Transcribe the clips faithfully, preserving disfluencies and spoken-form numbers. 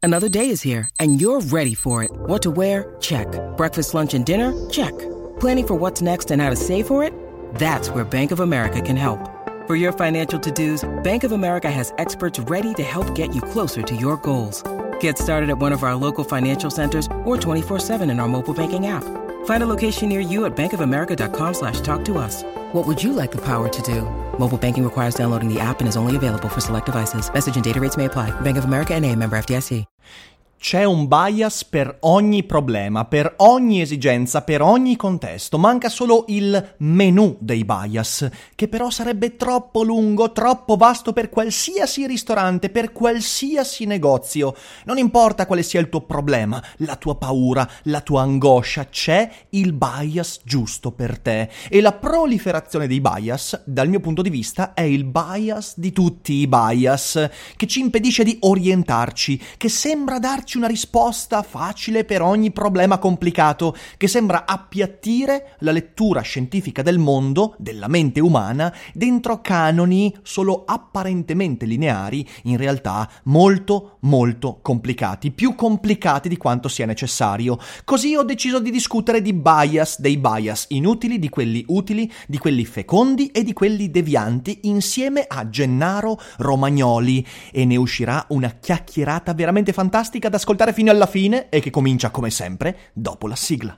Another day is here, and you're ready for it. What to wear? Check. Breakfast, lunch, and dinner? Check. Planning for what's next and how to save for it? That's where Bank of America can help. For your financial to-dos, Bank of America has experts ready to help get you closer to your goals. Get started at one of our local financial centers or twenty-four seven in our mobile banking app. Find a location near you at bankofamerica.com slash talk to us. What would you like the power to do? Mobile banking requires downloading the app and is only available for select devices. Message and data rates may apply. Bank of America N A, member F D I C. C'è un bias per ogni problema, per ogni esigenza, per ogni contesto. Manca solo il menù dei bias, che però sarebbe troppo lungo, troppo vasto per qualsiasi ristorante, per qualsiasi negozio. Non importa quale sia il tuo problema, la tua paura, la tua angoscia, c'è il bias giusto per te. E la proliferazione dei bias, dal mio punto di vista, è il bias di tutti i bias, che ci impedisce di orientarci, che sembra darci una risposta facile per ogni problema complicato, che sembra appiattire la lettura scientifica del mondo, della mente umana, dentro canoni solo apparentemente lineari, in realtà molto molto complicati, più complicati di quanto sia necessario. Così ho deciso di discutere di bias, dei bias inutili, di quelli utili, di quelli fecondi e di quelli devianti, insieme a Gennaro Romagnoli, e ne uscirà una chiacchierata veramente fantastica da ascoltare fino alla fine e che comincia come sempre dopo la sigla.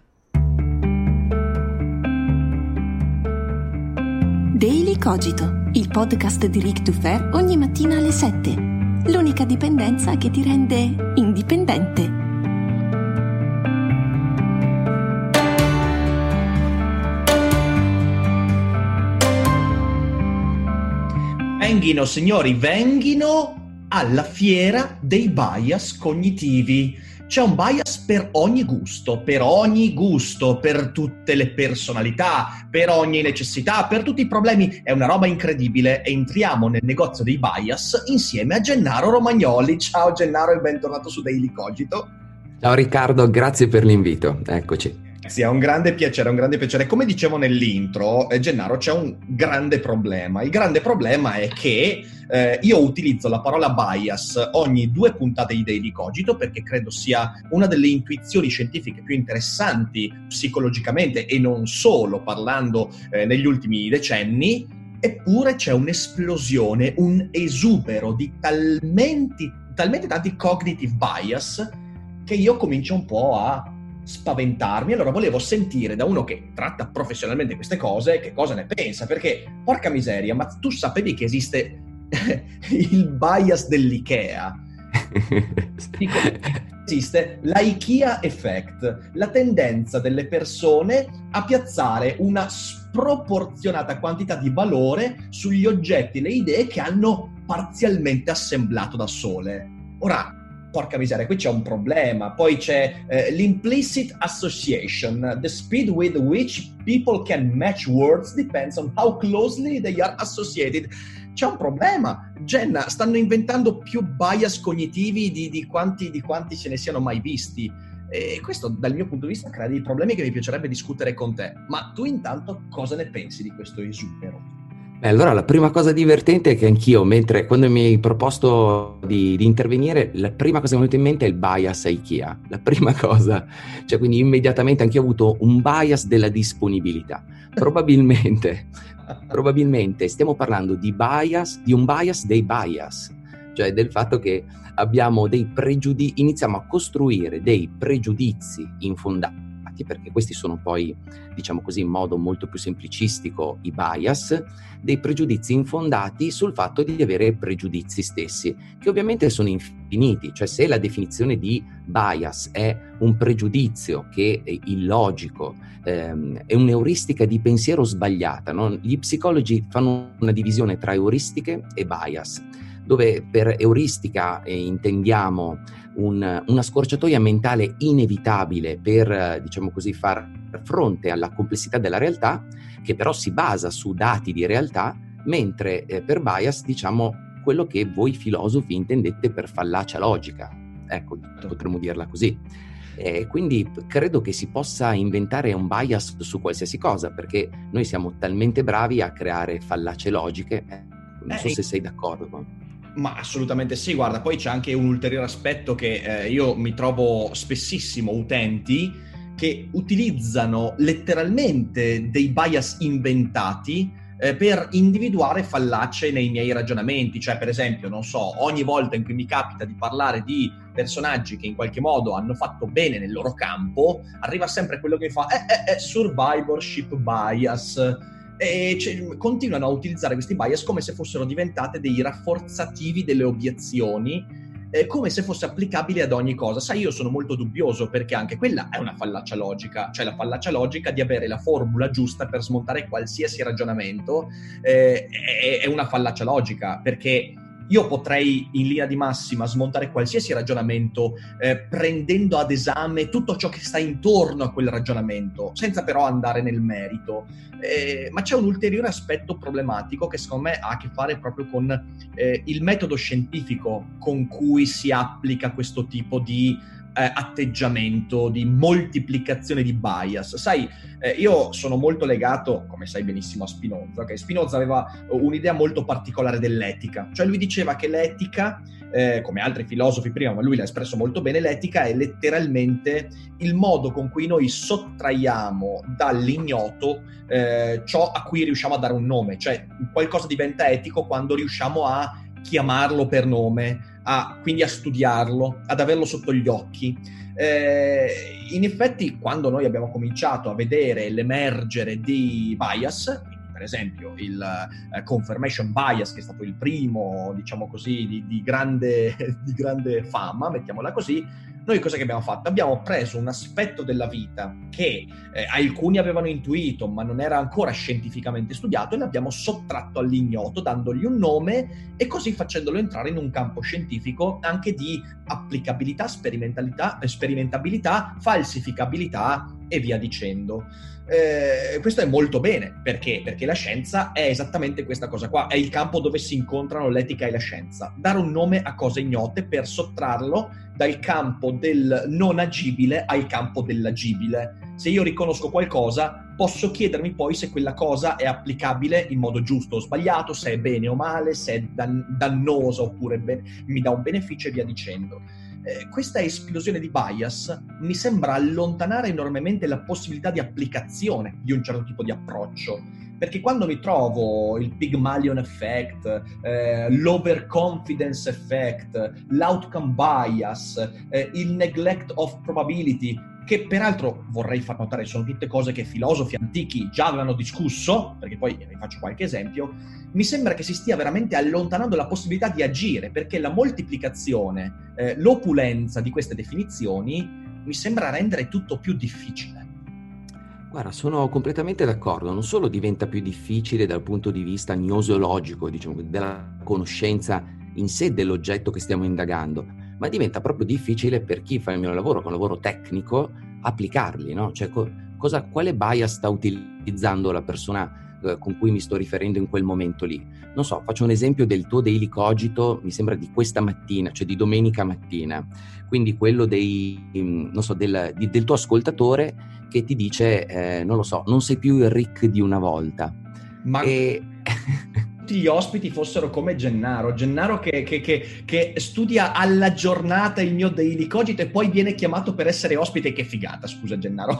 Daily Cogito, il podcast di Rick Dufer ogni mattina alle sette. L'unica dipendenza che ti rende indipendente. Venghino, signori, venghino alla fiera dei bias cognitivi. C'è un bias per ogni gusto, per ogni gusto, per tutte le personalità, per ogni necessità, per tutti i problemi. È una roba incredibile e entriamo nel negozio dei bias insieme a Gennaro Romagnoli. Ciao Gennaro e bentornato su Daily Cogito. Ciao Riccardo, grazie per l'invito, eccoci. Sì, è un grande piacere, è un grande piacere. Come dicevo nell'intro, eh, Gennaro, c'è un grande problema. Il grande problema è che eh, io utilizzo la parola bias ogni due puntate di Daily Cogito perché credo sia una delle intuizioni scientifiche più interessanti psicologicamente e non solo, parlando eh, negli ultimi decenni. Eppure c'è un'esplosione, un esubero di talmente, talmente tanti cognitive bias che io comincio un po' a spaventarmi. Allora volevo sentire da uno che tratta professionalmente queste cose che cosa ne pensa, perché porca miseria, ma tu sapevi che esiste il bias dell'IKEA? Dico, esiste l'IKEA effect, la tendenza delle persone a piazzare una sproporzionata quantità di valore sugli oggetti, le idee che hanno parzialmente assemblato da sole. Ora, porca miseria, qui c'è un problema. Poi c'è eh, l'implicit association. The speed with which people can match words depends on how closely they are associated. C'è un problema. Jenna, stanno inventando più bias cognitivi di, di, quanti, di quanti ce ne siano mai visti. E questo, dal mio punto di vista, crea dei problemi che mi piacerebbe discutere con te. Ma tu intanto cosa ne pensi di questo esubero? Beh, allora la prima cosa divertente è che anch'io, mentre quando mi hai proposto di, di intervenire, la prima cosa che mi è venuta in mente è il bias IKEA. La prima cosa, cioè quindi immediatamente anch'io ho avuto un bias della disponibilità. Probabilmente, probabilmente stiamo parlando di bias, di un bias dei bias, cioè del fatto che abbiamo dei pregiudizi, iniziamo a costruire dei pregiudizi infondati, perché questi sono poi, diciamo così, in modo molto più semplicistico i bias, dei pregiudizi infondati sul fatto di avere pregiudizi stessi, che ovviamente sono infiniti. Cioè, se la definizione di bias è un pregiudizio che è illogico, ehm, è un'euristica di pensiero sbagliata, no? Gli psicologi fanno una divisione tra euristiche e bias, dove per euristica eh, intendiamo un, una scorciatoia mentale inevitabile per, eh, diciamo così, far fronte alla complessità della realtà, che però si basa su dati di realtà, mentre eh, per bias diciamo quello che voi filosofi intendete per fallacia logica. Ecco, potremmo dirla così. E quindi credo che si possa inventare un bias su qualsiasi cosa, perché noi siamo talmente bravi a creare fallacie logiche. Eh, non so eh, se sei d'accordo con... Ma assolutamente sì, guarda, poi c'è anche un ulteriore aspetto che eh, io mi trovo spessissimo utenti che utilizzano letteralmente dei bias inventati eh, per individuare fallacie nei miei ragionamenti. Cioè, per esempio, non so, ogni volta in cui mi capita di parlare di personaggi che in qualche modo hanno fatto bene nel loro campo, arriva sempre quello che mi fa eh, eh, eh, survivorship bias. E cioè, continuano a utilizzare questi bias come se fossero diventate dei rafforzativi delle obiezioni, eh, come se fosse applicabile ad ogni cosa. Sai, io sono molto dubbioso perché anche quella è una fallacia logica, cioè la fallacia logica di avere la formula giusta per smontare qualsiasi ragionamento eh, è, è una fallacia logica, perché io potrei in linea di massima smontare qualsiasi ragionamento eh, prendendo ad esame tutto ciò che sta intorno a quel ragionamento, senza però andare nel merito. Eh, ma c'è un ulteriore aspetto problematico che secondo me ha a che fare proprio con eh, il metodo scientifico con cui si applica questo tipo di Eh, atteggiamento, di moltiplicazione di bias. Sai, eh, io sono molto legato, come sai benissimo, a Spinoza. Okay? Spinoza aveva un'idea molto particolare dell'etica, cioè lui diceva che l'etica, eh, come altri filosofi prima, ma lui l'ha espresso molto bene, l'etica è letteralmente il modo con cui noi sottraiamo dall'ignoto eh, ciò a cui riusciamo a dare un nome, cioè qualcosa diventa etico quando riusciamo a chiamarlo per nome, a, quindi a studiarlo, ad averlo sotto gli occhi. Eh, in effetti, quando noi abbiamo cominciato a vedere l'emergere di bias, quindi per esempio il uh, confirmation bias, che è stato il primo, diciamo così, di, di, grande, di grande fama, mettiamola così, noi cosa che abbiamo fatto? Abbiamo preso un aspetto della vita che eh, alcuni avevano intuito, ma non era ancora scientificamente studiato, e l'abbiamo sottratto all'ignoto, dandogli un nome e così facendolo entrare in un campo scientifico anche di applicabilità, sperimentalità, sperimentabilità, falsificabilità e via dicendo. Eh, questo è molto bene, perché? Perché la scienza è esattamente questa cosa qua, è il campo dove si incontrano l'etica e la scienza, dare un nome a cose ignote per sottrarlo dal campo del non agibile al campo dell'agibile. Se io riconosco qualcosa, posso chiedermi poi se quella cosa è applicabile in modo giusto o sbagliato, se è bene o male, se è dan- dannosa oppure ben- mi dà un beneficio e via dicendo. Eh, questa esplosione di bias mi sembra allontanare enormemente la possibilità di applicazione di un certo tipo di approccio, perché quando mi trovo il Pygmalion effect, eh, l'overconfidence effect, l'outcome bias, eh, il neglect of probability, che peraltro vorrei far notare sono tutte cose che filosofi antichi già avevano discusso, perché poi vi faccio qualche esempio, mi sembra che si stia veramente allontanando la possibilità di agire, perché la moltiplicazione, eh, l'opulenza di queste definizioni mi sembra rendere tutto più difficile. Guarda, sono completamente d'accordo, non solo diventa più difficile dal punto di vista gnosologico, diciamo, della conoscenza in sé dell'oggetto che stiamo indagando, ma diventa proprio difficile per chi fa il mio lavoro, che è un lavoro tecnico, applicarli, no? Cioè, co- cosa, quale bias sta utilizzando la persona eh, con cui mi sto riferendo in quel momento lì? Non so, faccio un esempio del tuo daily cogito, mi sembra di questa mattina, cioè di domenica mattina, quindi quello dei, non so, del, di, del tuo ascoltatore che ti dice, eh, non lo so, non sei più il Rick di una volta. Ma... E... tutti gli ospiti fossero come Gennaro, Gennaro che, che, che, che studia alla giornata il mio daily cogito e poi viene chiamato per essere ospite. Che figata, scusa Gennaro.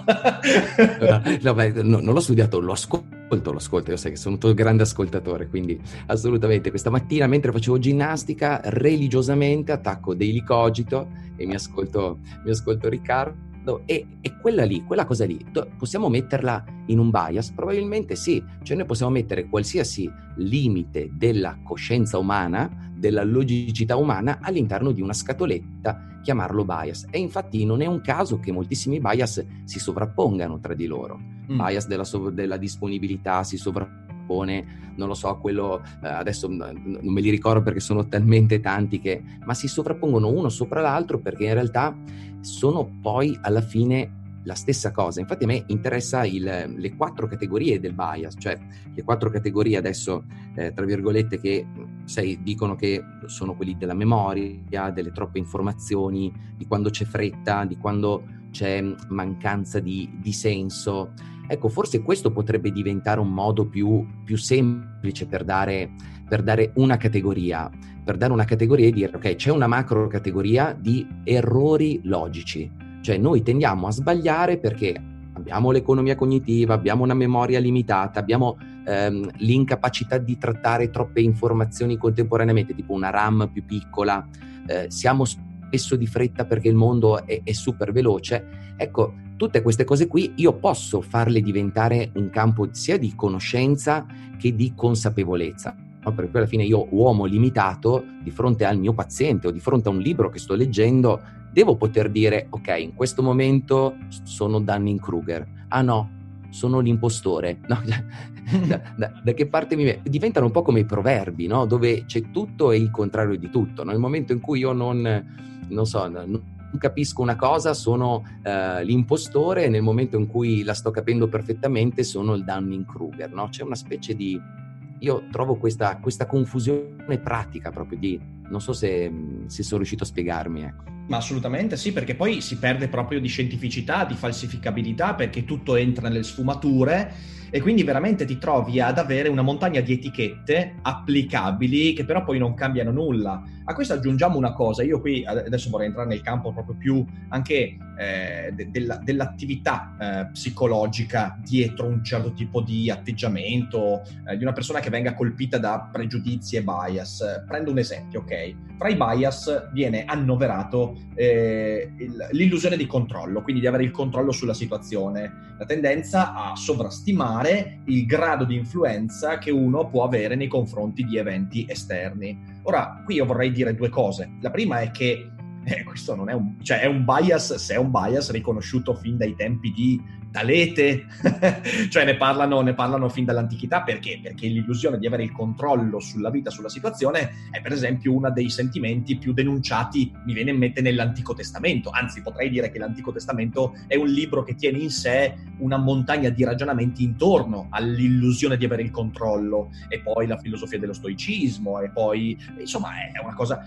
no, beh, no, non l'ho studiato, lo ascolto, lo ascolto, io sai che sono un tuo grande ascoltatore, quindi assolutamente. Questa mattina mentre facevo ginnastica, religiosamente attacco daily cogito e mi ascolto, mi ascolto Riccardo. E, e quella lì, quella cosa lì, possiamo metterla in un bias? Probabilmente sì, cioè noi possiamo mettere qualsiasi limite della coscienza umana, della logicità umana all'interno di una scatoletta, chiamarlo bias. E infatti non è un caso che moltissimi bias si sovrappongano tra di loro. Mm. Bias della, sov- della disponibilità si sovrappone, non lo so, quello eh, adesso non me li ricordo perché sono talmente tanti che, ma si sovrappongono uno sopra l'altro perché in realtà sono poi alla fine la stessa cosa. Infatti a me interessa il, le quattro categorie del bias, cioè le quattro categorie adesso eh, tra virgolette che sai, dicono che sono quelli della memoria, delle troppe informazioni, di quando c'è fretta, di quando c'è mancanza di, di senso. Ecco, forse questo potrebbe diventare un modo più, più semplice per dare per dare una categoria, per dare una categoria e dire ok, c'è una macro categoria di errori logici, cioè noi tendiamo a sbagliare perché abbiamo l'economia cognitiva, abbiamo una memoria limitata, abbiamo ehm, l'incapacità di trattare troppe informazioni contemporaneamente, tipo una RAM più piccola, eh, siamo spesso di fretta perché il mondo è, è super veloce. Ecco, tutte queste cose qui io posso farle diventare un campo sia di conoscenza che di consapevolezza, no? Perché alla fine io, uomo limitato, di fronte al mio paziente o di fronte a un libro che sto leggendo, devo poter dire, ok, in questo momento sono Dunning-Kruger, ah no, sono l'impostore, no? da, da, da che parte mi... Diventano un po' come i proverbi, no? Dove c'è tutto e il contrario di tutto, no? Nel momento in cui io non, non so, non capisco una cosa sono uh, l'impostore, e nel momento in cui la sto capendo perfettamente sono il Dunning-Kruger, no? C'è una specie di... Io trovo questa, questa confusione pratica proprio di... Non so se, se sono riuscito a spiegarmi, ecco. Ma assolutamente sì, perché poi si perde proprio di scientificità, di falsificabilità, perché tutto entra nelle sfumature e quindi veramente ti trovi ad avere una montagna di etichette applicabili che però poi non cambiano nulla. A questo aggiungiamo una cosa, io qui adesso vorrei entrare nel campo proprio più anche eh, de- della, dell'attività eh, psicologica dietro un certo tipo di atteggiamento, eh, di una persona che venga colpita da pregiudizi e bias. Prendo un esempio, ok? Fra i bias viene annoverato Eh, il, l'illusione di controllo, quindi di avere il controllo sulla situazione, la tendenza a sovrastimare il grado di influenza che uno può avere nei confronti di eventi esterni. Ora, qui io vorrei dire due cose. La prima è che eh, questo non è un, cioè è un bias, se è un bias riconosciuto fin dai tempi di Talete, cioè ne parlano, ne parlano fin dall'antichità. Perché? Perché l'illusione di avere il controllo sulla vita, sulla situazione, è per esempio uno dei sentimenti più denunciati, mi viene in mente, nell'Antico Testamento. Anzi, potrei dire che l'Antico Testamento è un libro che tiene in sé una montagna di ragionamenti intorno all'illusione di avere il controllo, e poi la filosofia dello stoicismo, e poi, insomma, è una cosa...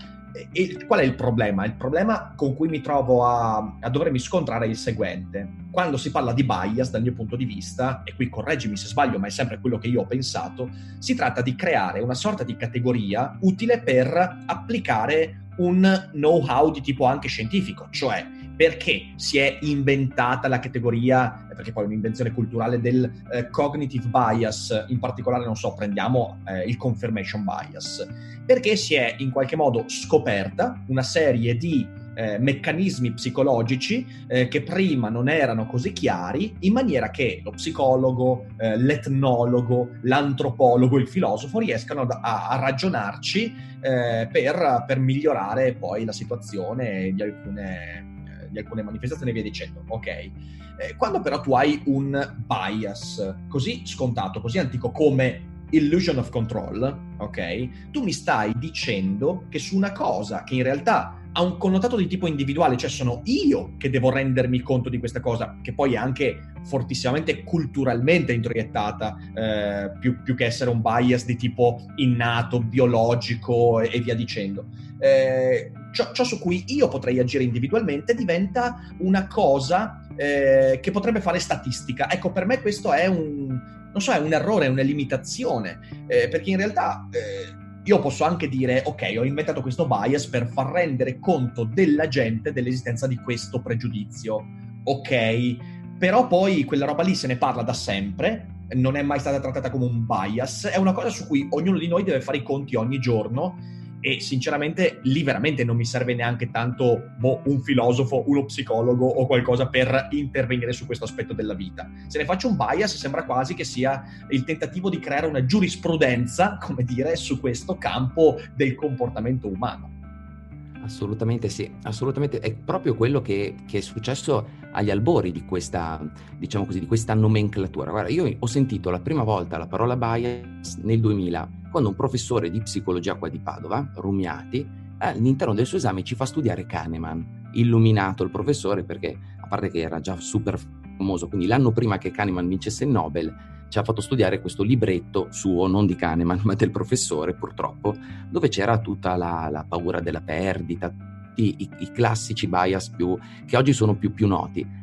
E qual è il problema? Il problema con cui mi trovo a, a dovermi scontrare è il seguente. Quando si parla di bias, dal mio punto di vista, e qui correggimi se sbaglio, ma è sempre quello che io ho pensato, si tratta di creare una sorta di categoria utile per applicare un know-how di tipo anche scientifico, cioè perché si è inventata la categoria, perché poi è un'invenzione culturale, del eh, cognitive bias, in particolare, non so, prendiamo eh, il confirmation bias, perché si è in qualche modo scoperta una serie di eh, meccanismi psicologici eh, che prima non erano così chiari, in maniera che lo psicologo, eh, l'etnologo, l'antropologo, il filosofo riescano a, a ragionarci eh, per, per migliorare poi la situazione di alcune... di alcune manifestazioni e via dicendo, ok? Eh, quando però tu hai un bias così scontato, così antico come illusion of control, ok? Tu mi stai dicendo che su una cosa che in realtà ha un connotato di tipo individuale, cioè sono io che devo rendermi conto di questa cosa, che poi è anche fortissimamente culturalmente introiettata, eh, più, più che essere un bias di tipo innato, biologico e, e via dicendo. Eh, ciò, ciò su cui io potrei agire individualmente diventa una cosa eh, che potrebbe fare statistica. Ecco, per me questo è un, non so, è un errore, è una limitazione, eh, perché in realtà eh, io posso anche dire, ok, ho inventato questo bias per far rendere conto della gente dell'esistenza di questo pregiudizio, ok, però poi quella roba lì se ne parla da sempre, non è mai stata trattata come un bias, è una cosa su cui ognuno di noi deve fare i conti ogni giorno. E sinceramente lì veramente non mi serve neanche tanto boh, un filosofo, uno psicologo o qualcosa per intervenire su questo aspetto della vita. Se ne faccio un bias sembra quasi che sia il tentativo di creare una giurisprudenza, come dire, su questo campo del comportamento umano. Assolutamente sì, assolutamente, è proprio quello che, che è successo agli albori di questa, diciamo così, di questa nomenclatura. Guarda, io ho sentito la prima volta la parola bias nel duemila, quando un professore di psicologia qua di Padova, Rumiati, all'interno del suo esame ci fa studiare Kahneman, illuminato il professore, perché a parte che era già super famoso, quindi l'anno prima che Kahneman vincesse il Nobel, ci ha fatto studiare questo libretto suo, non di Kahneman, ma del professore, purtroppo, dove c'era tutta la, la paura della perdita, i, i, i classici bias più, che oggi sono più, più noti.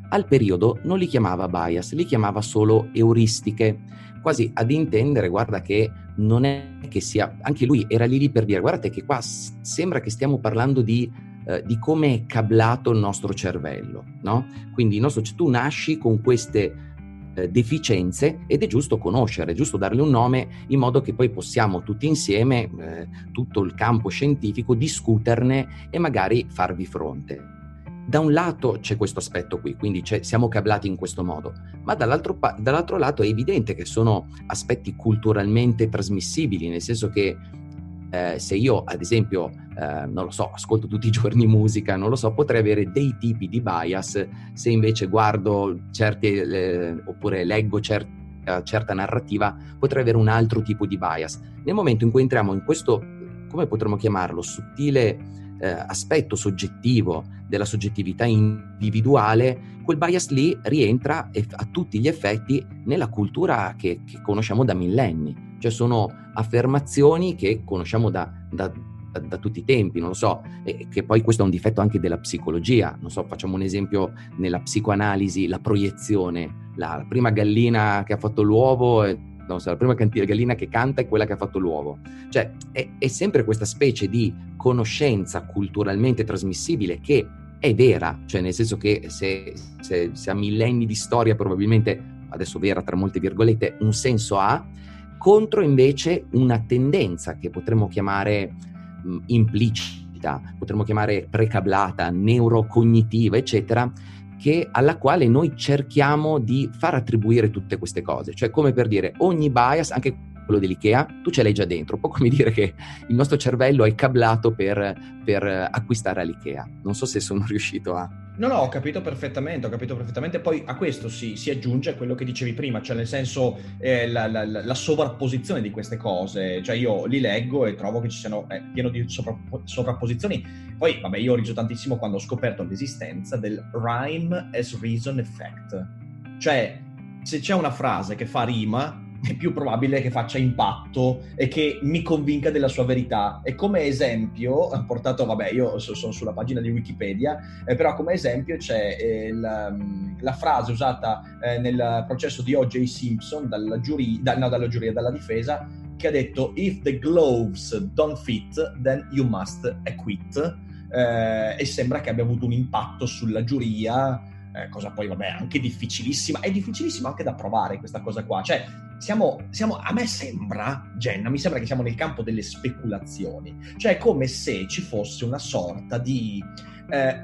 al periodo non li chiamava bias, li chiamava solo euristiche, quasi ad intendere, guarda che non è che sia, anche lui era lì lì per dire, guardate che qua s- sembra che stiamo parlando di, eh, di come è cablato il nostro cervello, no? Quindi il nostro, tu nasci con queste eh, deficienze ed è giusto conoscere, è giusto darle un nome in modo che poi possiamo tutti insieme, eh, tutto il campo scientifico, discuterne e magari farvi fronte. Da un lato c'è questo aspetto qui, quindi siamo cablati in questo modo, ma dall'altro, dall'altro lato è evidente che sono aspetti culturalmente trasmissibili, nel senso che eh, se io ad esempio, eh, non lo so, ascolto tutti i giorni musica, non lo so, potrei avere dei tipi di bias, se invece guardo certi, eh, oppure leggo certi, eh, certa narrativa, potrei avere un altro tipo di bias. Nel momento in cui entriamo in questo, come potremmo chiamarlo, sottile Eh, aspetto soggettivo della soggettività individuale, quel bias lì rientra e, a tutti gli effetti nella cultura che, che conosciamo da millenni, cioè sono affermazioni che conosciamo da, da, da, da tutti i tempi, non lo so, e che poi questo è un difetto anche della psicologia, non so, facciamo un esempio nella psicoanalisi, la proiezione, la, la prima gallina che ha fatto l'uovo è, non so, la prima gallina che canta è quella che ha fatto l'uovo, cioè è, è sempre questa specie di conoscenza culturalmente trasmissibile che è vera, cioè nel senso che se, se, se ha millenni di storia probabilmente, adesso vera tra molte virgolette, un senso ha, contro invece una tendenza che potremmo chiamare mh, implicita, potremmo chiamare precablata, neurocognitiva, eccetera, che alla quale noi cerchiamo di far attribuire tutte queste cose, cioè come per dire ogni bias, anche quello dell'IKEA, tu ce l'hai già dentro, un po' come dire che il nostro cervello è cablato per, per acquistare all'IKEA. Non so se sono riuscito a... No, no, ho capito perfettamente, ho capito perfettamente. Poi a questo si, si aggiunge quello che dicevi prima, cioè nel senso eh, la, la, la sovrapposizione di queste cose. Cioè io li leggo e trovo che ci siano eh, pieno di sovra, sovrapposizioni. Poi, vabbè, io ho riso tantissimo quando ho scoperto l'esistenza del rhyme as reason effect. Cioè, se c'è una frase che fa rima, è più probabile che faccia impatto e che mi convinca della sua verità. E come esempio, ho portato, vabbè, io sono sulla pagina di Wikipedia, eh, però come esempio c'è eh, la, la frase usata eh, nel processo di O J Simpson dalla giuria, da, no, dalla giuria, dalla difesa, che ha detto "If the gloves don't fit, then you must acquit", eh, e sembra che abbia avuto un impatto sulla giuria, eh, cosa poi, vabbè, anche difficilissima. È difficilissimo anche da provare questa cosa qua, cioè Siamo, siamo, a me sembra, Jenna, mi sembra che siamo nel campo delle speculazioni, cioè come se ci fosse una sorta di eh,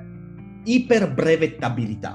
iperbrevettabilità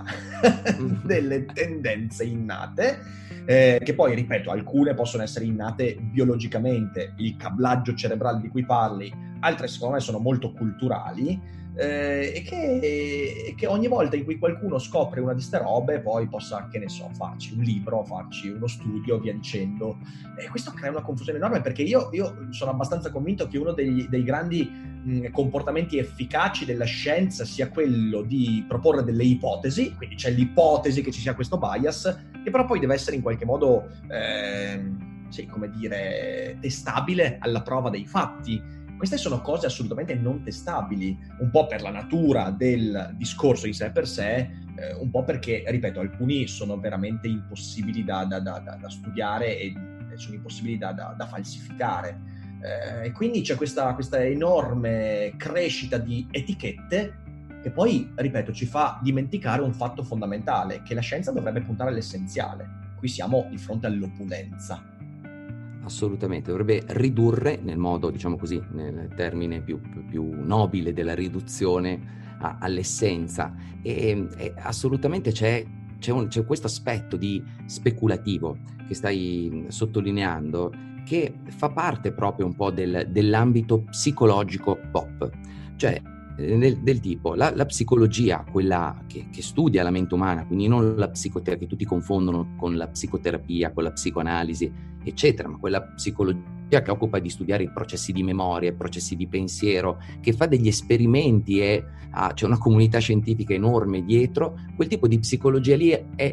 delle tendenze innate, eh, che poi, ripeto, alcune possono essere innate biologicamente, il cablaggio cerebrale di cui parli, altre secondo me sono molto culturali, Eh, e, che, e che ogni volta in cui qualcuno scopre una di ste robe poi possa, che ne so, farci un libro, farci uno studio, via dicendo. E questo crea una confusione enorme, perché io, io sono abbastanza convinto che uno degli, dei grandi mh, comportamenti efficaci della scienza sia quello di proporre delle ipotesi, quindi c'è l'ipotesi che ci sia questo bias, che però poi deve essere in qualche modo eh, sì, come dire, testabile alla prova dei fatti. Queste sono cose assolutamente non testabili, un po' per la natura del discorso in sé per sé, eh, un po' perché, ripeto, alcuni sono veramente impossibili da, da, da, da studiare e sono impossibili da, da, da falsificare. Eh, e quindi c'è questa, questa enorme crescita di etichette che poi, ripeto, ci fa dimenticare un fatto fondamentale, che la scienza dovrebbe puntare all'essenziale. Qui siamo di fronte all'opulenza. Assolutamente, dovrebbe ridurre nel modo, diciamo così, nel termine più, più, più nobile della riduzione a, all'essenza. E, e assolutamente c'è, c'è, un, c'è questo aspetto di speculativo che stai sottolineando, che fa parte proprio un po' del, dell'ambito psicologico pop. Cioè, Del, del tipo, la, la psicologia, quella che, che studia la mente umana, quindi non la psicoterapia, che tutti confondono con la psicoterapia, con la psicoanalisi, eccetera, ma quella psicologia che occupa di studiare i processi di memoria, i processi di pensiero, che fa degli esperimenti e ah, c'è una comunità scientifica enorme dietro, quel tipo di psicologia lì è, è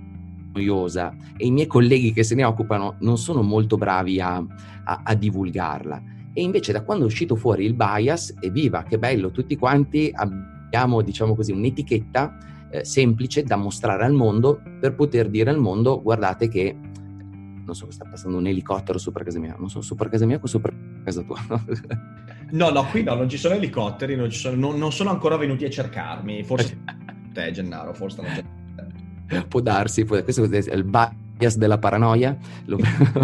noiosa e i miei colleghi che se ne occupano non sono molto bravi a, a, a divulgarla. E invece da quando è uscito fuori il bias, evviva, che bello, tutti quanti abbiamo abbiamo, diciamo così, un'etichetta eh, semplice da mostrare al mondo per poter dire al mondo: guardate che, non so, sta passando un elicottero sopra casa mia, non so, sopra casa mia o sopra casa tua? No, no, qui no, non ci sono elicotteri, non, ci sono, non, non sono ancora venuti a cercarmi, forse te Gennaro, forse non c'è. Può darsi, può, questo è il bias della paranoia. Lo...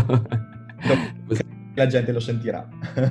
La gente lo sentirà.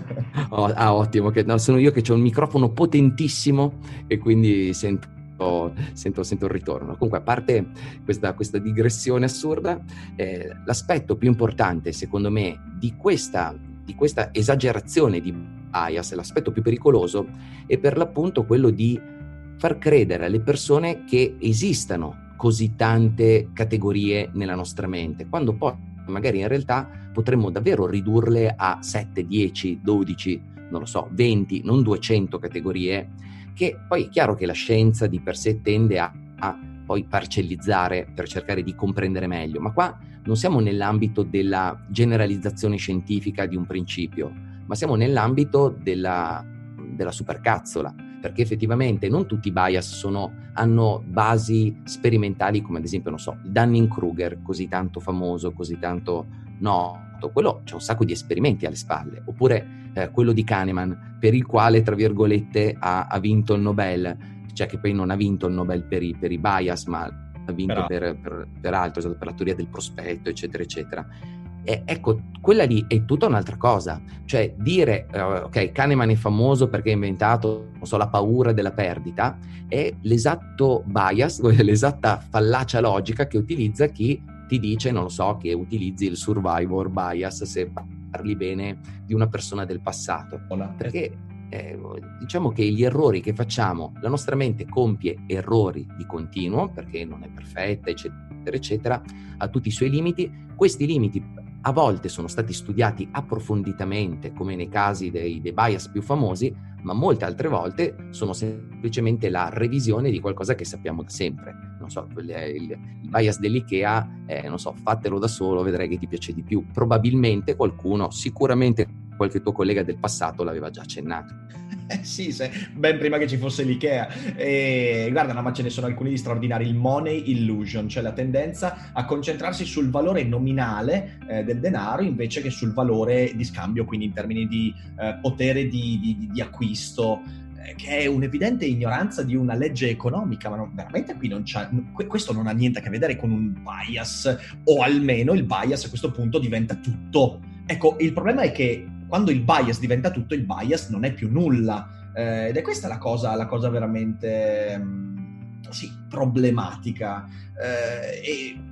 Oh, ah, ottimo, che no, sono io che ho un microfono potentissimo e quindi sento, sento, sento il ritorno. Comunque, a parte questa, questa digressione assurda, eh, l'aspetto più importante, secondo me, di questa, di questa esagerazione di bias, l'aspetto più pericoloso, è per l'appunto quello di far credere alle persone che esistano così tante categorie nella nostra mente, quando poi magari in realtà potremmo davvero ridurle a sette, dieci, dodici, non lo so, venti, non duecento categorie, che poi è chiaro che la scienza di per sé tende a, a poi parcellizzare per cercare di comprendere meglio, ma qua non siamo nell'ambito della generalizzazione scientifica di un principio, ma siamo nell'ambito della, della supercazzola, perché effettivamente non tutti i bias sono, hanno basi sperimentali, come ad esempio, non so, il Dunning-Kruger, così tanto famoso, così tanto noto. Quello c'è un sacco di esperimenti alle spalle. Oppure eh, quello di Kahneman, per il quale, tra virgolette, ha, ha vinto il Nobel, cioè che poi non ha vinto il Nobel per i, per i bias, ma ha vinto per, per, per altro, per la teoria del prospetto, eccetera, eccetera. E ecco, quella lì è tutta un'altra cosa, cioè dire uh, ok, Kahneman è famoso perché ha inventato, non so, la paura della perdita, è l'esatto bias, l'esatta fallacia logica che utilizza chi ti dice, non lo so, che utilizzi il survivor bias se parli bene di una persona del passato, perché eh, diciamo che gli errori che facciamo, la nostra mente compie errori di continuo perché non è perfetta, eccetera, eccetera, ha tutti i suoi limiti. Questi limiti a volte sono stati studiati approfonditamente, come nei casi dei, dei bias più famosi, ma molte altre volte sono semplicemente la revisione di qualcosa che sappiamo da sempre. Non so, il, il, il bias dell'IKEA, eh, non so, fatelo da solo, vedrai che ti piace di più. Probabilmente qualcuno, sicuramente qualche tuo collega del passato l'aveva già accennato. Eh sì, se, ben prima che ci fosse l'IKEA. E guarda, no, ma ce ne sono alcuni di straordinari. Il money illusion, cioè la tendenza a concentrarsi sul valore nominale eh, del denaro invece che sul valore di scambio, quindi in termini di eh, potere di, di, di acquisto, eh, che è un'evidente ignoranza di una legge economica, ma non, veramente qui non c'ha, questo non ha niente a che vedere con un bias, o almeno il bias a questo punto diventa tutto. Ecco, il problema è che quando il bias diventa tutto, il bias non è più nulla. Eh, ed è questa la cosa, la cosa veramente mh, sì, problematica. Eh, e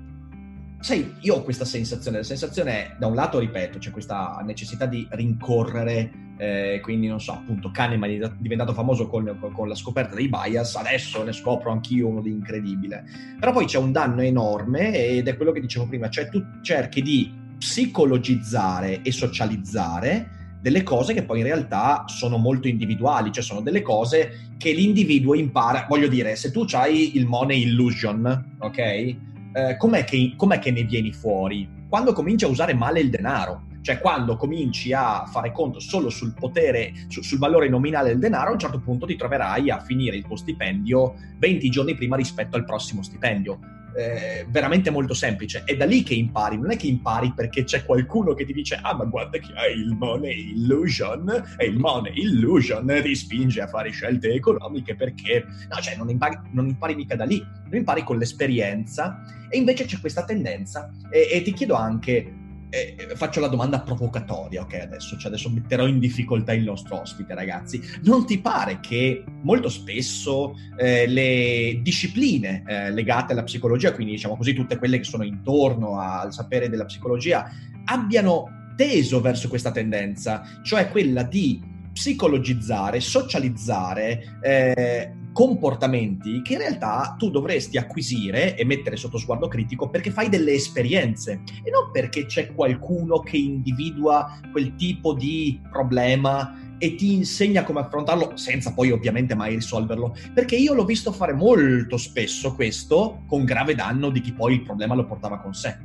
sai, io ho questa sensazione, la sensazione è, da un lato, ripeto, c'è questa necessità di rincorrere, eh, quindi non so, appunto, Kahneman è diventato famoso con, con la scoperta dei bias, adesso ne scopro anch'io uno di incredibile. Però poi c'è un danno enorme ed è quello che dicevo prima, cioè tu cerchi di psicologizzare e socializzare delle cose che poi in realtà sono molto individuali, cioè sono delle cose che l'individuo impara. Voglio dire, se tu c'hai il money illusion, ok? Eh, com'è che, com'è che ne vieni fuori? Quando cominci a usare male il denaro, cioè quando cominci a fare conto solo sul potere, su, sul valore nominale del denaro, a un certo punto ti troverai a finire il tuo stipendio venti giorni prima rispetto al prossimo stipendio. Eh, veramente molto semplice. È da lì che impari, non è che impari perché c'è qualcuno che ti dice ah ma guarda che hai il money illusion e il money illusion ti spinge a fare scelte economiche, perché no, cioè non impari, non impari mica da lì, lo impari con l'esperienza. E invece c'è questa tendenza e, e ti chiedo anche, Eh, faccio la domanda provocatoria, ok? Adesso, cioè adesso metterò in difficoltà il nostro ospite, ragazzi. Non ti pare che molto spesso eh, le discipline eh, legate alla psicologia, quindi diciamo così tutte quelle che sono intorno al sapere della psicologia, abbiano teso verso questa tendenza, cioè quella di psicologizzare, socializzare eh, comportamenti che in realtà tu dovresti acquisire e mettere sotto sguardo critico perché fai delle esperienze e non perché c'è qualcuno che individua quel tipo di problema e ti insegna come affrontarlo senza poi ovviamente mai risolverlo, perché io l'ho visto fare molto spesso questo con grave danno di chi poi il problema lo portava con sé.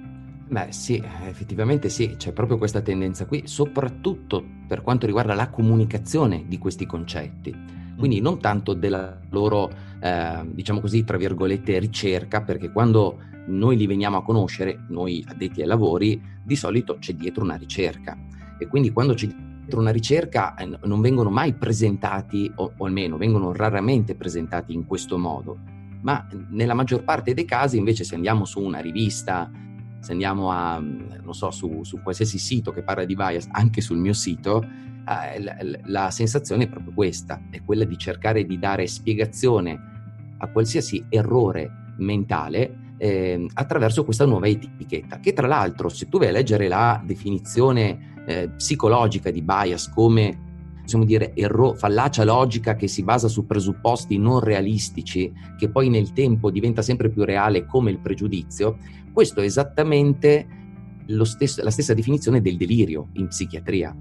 Beh sì, effettivamente sì, c'è proprio questa tendenza qui, soprattutto per quanto riguarda la comunicazione di questi concetti. quindi non tanto della loro, eh, diciamo così, tra virgolette, ricerca, perché quando noi li veniamo a conoscere, noi addetti ai lavori, di solito c'è dietro una ricerca, e quindi quando c'è dietro una ricerca eh, non vengono mai presentati, o, o almeno vengono raramente presentati in questo modo, ma nella maggior parte dei casi invece, se andiamo su una rivista, se andiamo a, non so, su, su qualsiasi sito che parla di bias, anche sul mio sito, eh, la, la sensazione è proprio questa, è quella di cercare di dare spiegazione a qualsiasi errore mentale eh, attraverso questa nuova etichetta, che tra l'altro, se tu vai a leggere la definizione eh, psicologica di bias come, possiamo dire, erro- fallacia logica che si basa su presupposti non realistici, che poi nel tempo diventa sempre più reale come il pregiudizio, questo è esattamente lo stesso, la stessa definizione del delirio in psichiatria.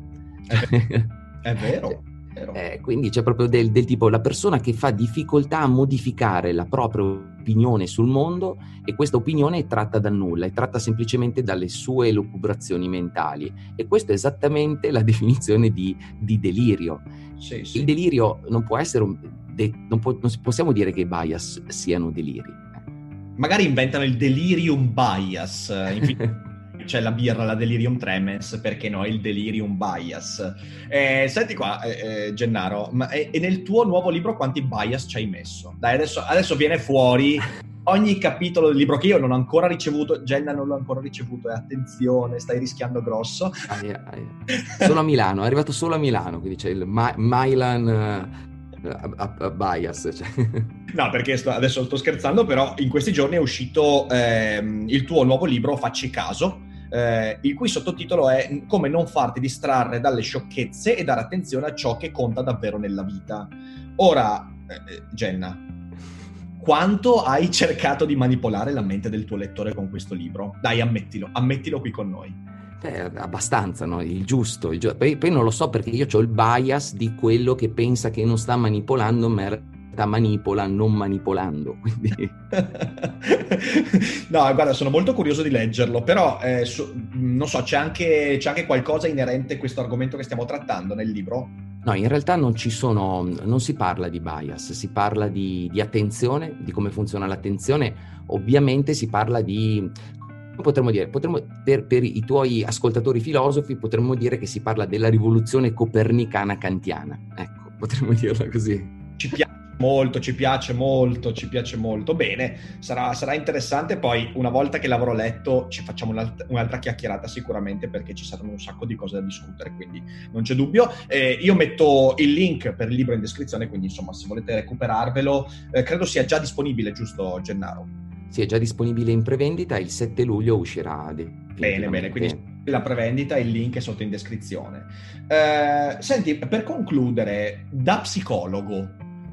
È vero. vero. Eh, quindi c'è proprio del, del tipo la persona che fa difficoltà a modificare la propria opinione sul mondo, e questa opinione è tratta da nulla, è tratta semplicemente dalle sue elucubrazioni mentali, e questa è esattamente la definizione di, di delirio. Sì, sì. Il delirio non può essere un, de, non, può, non possiamo dire che i bias siano deliri. Magari inventano il delirium bias. C'è la birra, la delirium tremens, perché no, il delirium bias. Eh, senti qua, eh, Gennaro, ma e, e nel tuo nuovo libro quanti bias ci hai messo? Dai, adesso, adesso viene fuori ogni capitolo del libro, che io non ho ancora ricevuto. Genna non l'ho ancora ricevuto, e attenzione, stai rischiando grosso. Aia, aia. Sono a Milano, è arrivato solo a Milano, quindi c'è il Ma- Milan... A, a, a bias, cioè. No, perché sto, adesso sto scherzando, però in questi giorni è uscito ehm, il tuo nuovo libro Facci caso, eh, il cui sottotitolo è Come non farti distrarre dalle sciocchezze e dare attenzione a ciò che conta davvero nella vita. Ora, eh, Genna, quanto hai cercato di manipolare la mente del tuo lettore con questo libro? Dai, ammettilo, ammettilo qui con noi. Beh, abbastanza, no? Il giusto, il giusto. Poi, poi non lo so, perché io ho il bias di quello che pensa che non sta manipolando, ma in realtà manipola non manipolando, quindi... No, guarda, sono molto curioso di leggerlo, però eh, su, non so, c'è anche, c'è anche qualcosa inerente a questo argomento che stiamo trattando nel libro? No, in realtà non ci sono, non si parla di bias, si parla di, di attenzione, di come funziona l'attenzione. Ovviamente si parla di... Potremmo dire, potremmo, per, per i tuoi ascoltatori filosofi, potremmo dire che si parla della rivoluzione copernicana kantiana. Ecco, potremmo dirla così. Ci piace molto, ci piace molto, ci piace molto. Bene, sarà, sarà interessante. Poi, una volta che l'avrò letto, ci facciamo un'altra, un'altra chiacchierata sicuramente, perché ci saranno un sacco di cose da discutere, quindi non c'è dubbio. Eh, io metto il link per il libro in descrizione, quindi insomma, se volete recuperarvelo, eh, credo sia già disponibile, giusto, Gennaro? Sì, è già disponibile in prevendita, il sette luglio uscirà. Bene, bene, quindi la prevendita, il link è sotto in descrizione. Eh, senti, per concludere, da psicologo,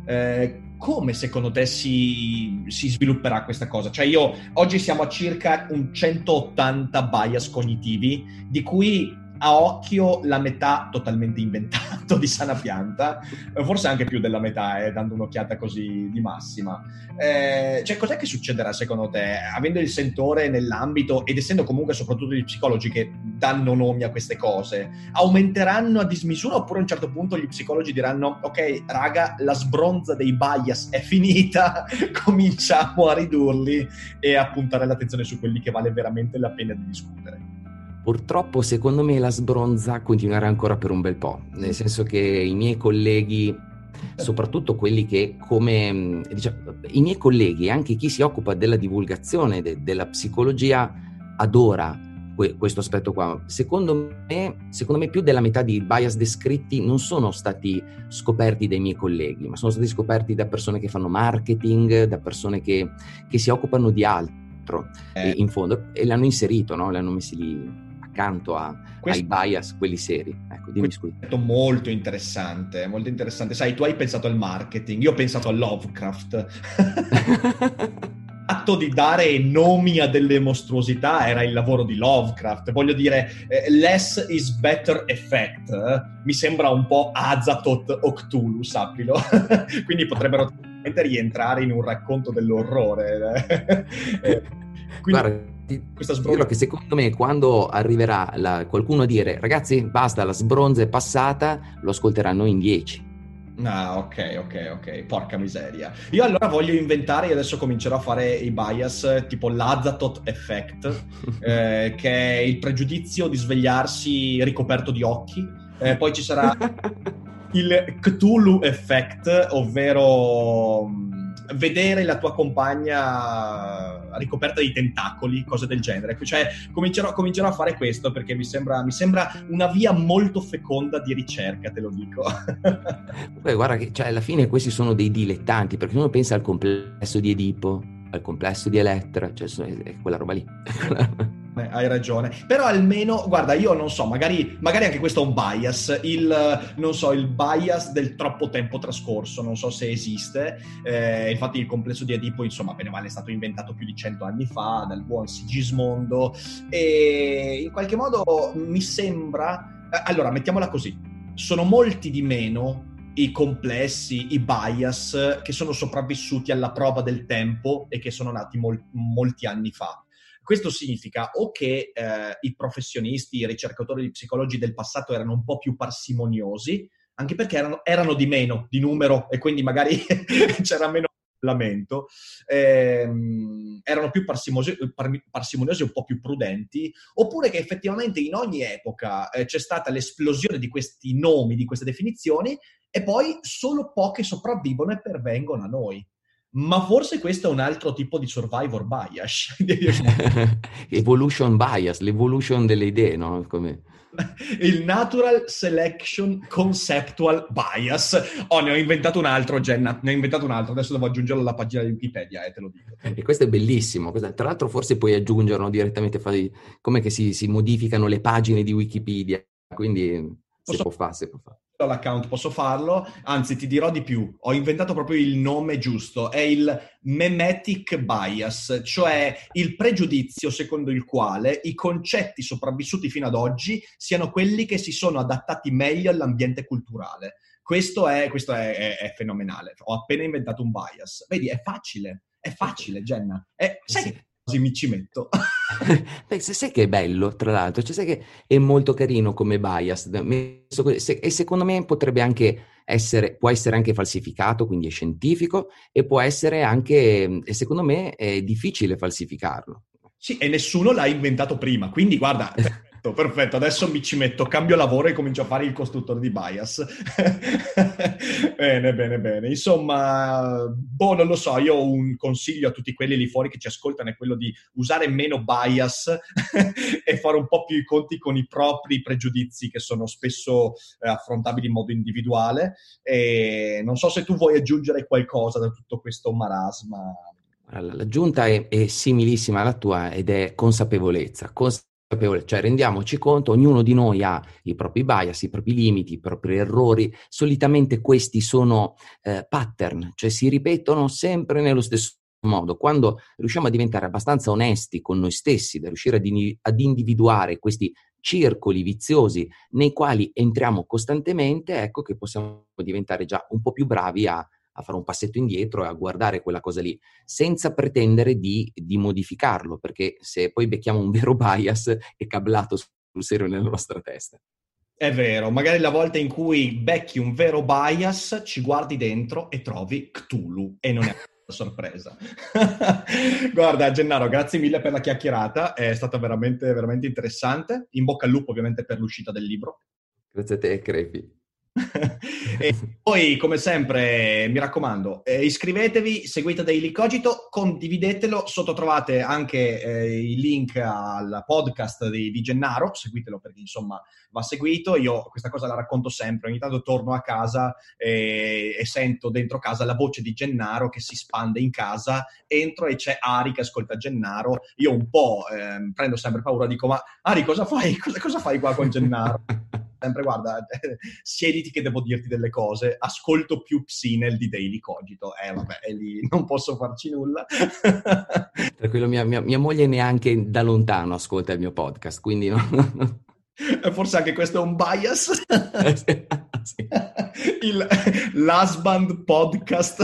eh, come secondo te si, si svilupperà questa cosa? Cioè io, oggi siamo a circa un centottanta bias cognitivi, di cui a occhio la metà totalmente inventato di sana pianta, forse anche più della metà, eh, dando un'occhiata così di massima. Eh, cioè, cos'è che succederà secondo te, avendo il sentore nell'ambito ed essendo comunque soprattutto gli psicologi che danno nomi a queste cose? Aumenteranno a dismisura, oppure a un certo punto gli psicologi diranno ok, raga, la sbronza dei bias è finita, cominciamo a ridurli e a puntare l'attenzione su quelli che vale veramente la pena di discutere? Purtroppo, secondo me, la sbronza continuerà ancora per un bel po', nel senso che i miei colleghi, soprattutto quelli che come, diciamo, i miei colleghi e anche chi si occupa della divulgazione de, della psicologia adora que, questo aspetto qua. Secondo me, secondo me più della metà di bias descritti non sono stati scoperti dai miei colleghi, ma sono stati scoperti da persone che fanno marketing, da persone che, che si occupano di altro, eh. in fondo, e l'hanno inserito, no? L'hanno messi lì accanto a, questo, ai bias, quelli seri. Ecco, dimmi scusa. Molto interessante, molto interessante. Sai, tu hai pensato al marketing, io ho pensato a Lovecraft. L'atto di dare nomi a delle mostruosità era il lavoro di Lovecraft. Voglio dire, eh, less is better effect eh? mi sembra un po' Azathoth o Cthulhu, sappilo. Quindi potrebbero rientrare in un racconto dell'orrore. eh, quindi, Guarda, questa sbronza, che secondo me quando arriverà la, qualcuno a dire ragazzi basta, la sbronza è passata, lo ascolteranno in dieci. Ah, ok, ok, ok, porca miseria. Io allora voglio inventare, io adesso comincerò a fare i bias tipo l'Azathoth Effect, eh, che è il pregiudizio di svegliarsi ricoperto di occhi. Eh, poi ci sarà il Cthulhu Effect, ovvero mh, vedere la tua compagna ricoperta di tentacoli, cose del genere. Cioè, comincerò, comincerò a fare questo perché mi sembra, mi sembra una via molto feconda di ricerca, te lo dico. Poi guarda che cioè, alla fine questi sono dei dilettanti, perché uno pensa al complesso di Edipo, al complesso di Elettra, cioè è quella roba lì. Eh, hai ragione, però almeno, guarda, io non so, magari, magari anche questo è un bias, il, non so, il bias del troppo tempo trascorso, non so se esiste, eh, infatti il complesso di Edipo, insomma, bene o male è stato inventato più di cento anni fa dal buon Sigismondo, e in qualche modo mi sembra, eh, allora, mettiamola così, sono molti di meno i complessi, i bias che sono sopravvissuti alla prova del tempo e che sono nati mol- molti anni fa. Questo significa o che eh, i professionisti, i ricercatori, i psicologi del passato erano un po' più parsimoniosi, anche perché erano, erano di meno, di numero, e quindi magari c'era meno lamento, ehm, erano più parsimoniosi, parsimoniosi, un po' più prudenti, oppure che effettivamente in ogni epoca eh, c'è stata l'esplosione di questi nomi, di queste definizioni, e poi solo poche sopravvivono e pervengono a noi. Ma forse questo è un altro tipo di survivor bias. Evolution bias, l'evolution delle idee, no? Come... Il natural selection conceptual bias. Oh, ne ho inventato un altro, Jenna. Ne ho inventato un altro. Adesso devo aggiungerlo alla pagina di Wikipedia, eh, te lo dico. E questo è bellissimo. Tra l'altro forse puoi aggiungerlo direttamente, fai... come che si, si modificano le pagine di Wikipedia. Quindi si Posso... può fare, si può fare. L'account posso farlo, anzi ti dirò di più, ho inventato proprio il nome giusto, è il memetic bias, cioè il pregiudizio secondo il quale i concetti sopravvissuti fino ad oggi siano quelli che si sono adattati meglio all'ambiente culturale. Questo è, questo è, è, è fenomenale, ho appena inventato un bias. Vedi, è facile, è facile, Jenna. È, sai che così mi ci metto? Beh, se sai che è bello, tra l'altro, cioè sai che è molto carino come bias, e secondo me potrebbe anche essere, può essere anche falsificato, quindi è scientifico, e può essere anche, e secondo me è difficile falsificarlo. Sì, e nessuno l'ha inventato prima, quindi guarda... Perfetto, adesso mi ci metto, cambio lavoro e comincio a fare il costruttore di bias. Bene, bene, bene. Insomma, boh, non lo so, io ho un consiglio a tutti quelli lì fuori che ci ascoltano, è quello di usare meno bias e fare un po' più i conti con i propri pregiudizi che sono spesso eh, affrontabili in modo individuale. E non so se tu vuoi aggiungere qualcosa da tutto questo marasma. L'aggiunta è, è similissima alla tua ed è consapevolezza. Cons- Cioè rendiamoci conto, ognuno di noi ha i propri bias, i propri limiti, i propri errori, solitamente questi sono eh, pattern, cioè si ripetono sempre nello stesso modo. Quando riusciamo a diventare abbastanza onesti con noi stessi, da riuscire ad, in- ad individuare questi circoli viziosi nei quali entriamo costantemente, ecco che possiamo diventare già un po' più bravi a a fare un passetto indietro e a guardare quella cosa lì, senza pretendere di, di modificarlo, perché se poi becchiamo un vero bias è cablato sul serio nella nostra testa. È vero, magari la volta in cui becchi un vero bias, ci guardi dentro e trovi Cthulhu, e non è una sorpresa. Guarda, Gennaro, grazie mille per la chiacchierata, è stata veramente, veramente interessante. In bocca al lupo ovviamente per l'uscita del libro. Grazie a te, Crepi. E poi, come sempre, mi raccomando, eh, iscrivetevi, seguite Daily Cogito, condividetelo, sotto trovate anche eh, i link al podcast di, di Gennaro, seguitelo perché insomma va seguito. Io questa cosa la racconto sempre, ogni tanto torno a casa e, e sento dentro casa la voce di Gennaro che si spande in casa, entro e c'è Ari che ascolta Gennaro, io un po' eh, prendo sempre paura, dico ma Ari cosa fai? Cosa, cosa fai qua con Gennaro? Sempre guarda, siediti che devo dirti delle cose, ascolto più Psinel di Daily Cogito, eh vabbè, e lì non posso farci nulla. Tranquillo, mia, mia, mia moglie neanche da lontano ascolta il mio podcast, quindi no. Forse anche questo è un bias. Sì. Il l'husband podcast.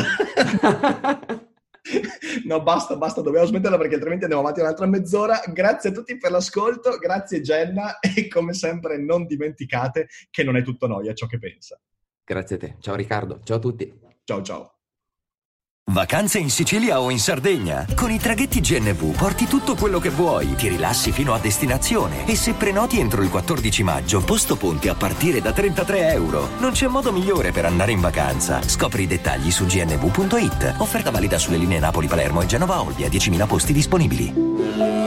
No, basta, basta, dobbiamo smetterla perché altrimenti andiamo avanti un'altra mezz'ora. Grazie a tutti per l'ascolto, grazie Jenna, e come sempre non dimenticate che non è tutto noia ciò che pensa. Grazie a te. Ciao Riccardo, ciao a tutti. Ciao ciao. Vacanze in Sicilia o in Sardegna? Con i traghetti G N V porti tutto quello che vuoi, ti rilassi fino a destinazione e se prenoti entro il quattordici maggio, posto ponti a partire da trentatré euro. Non c'è modo migliore per andare in vacanza. Scopri i dettagli su gnv punto it. Offerta valida sulle linee Napoli-Palermo e Genova-Olbia, diecimila posti disponibili.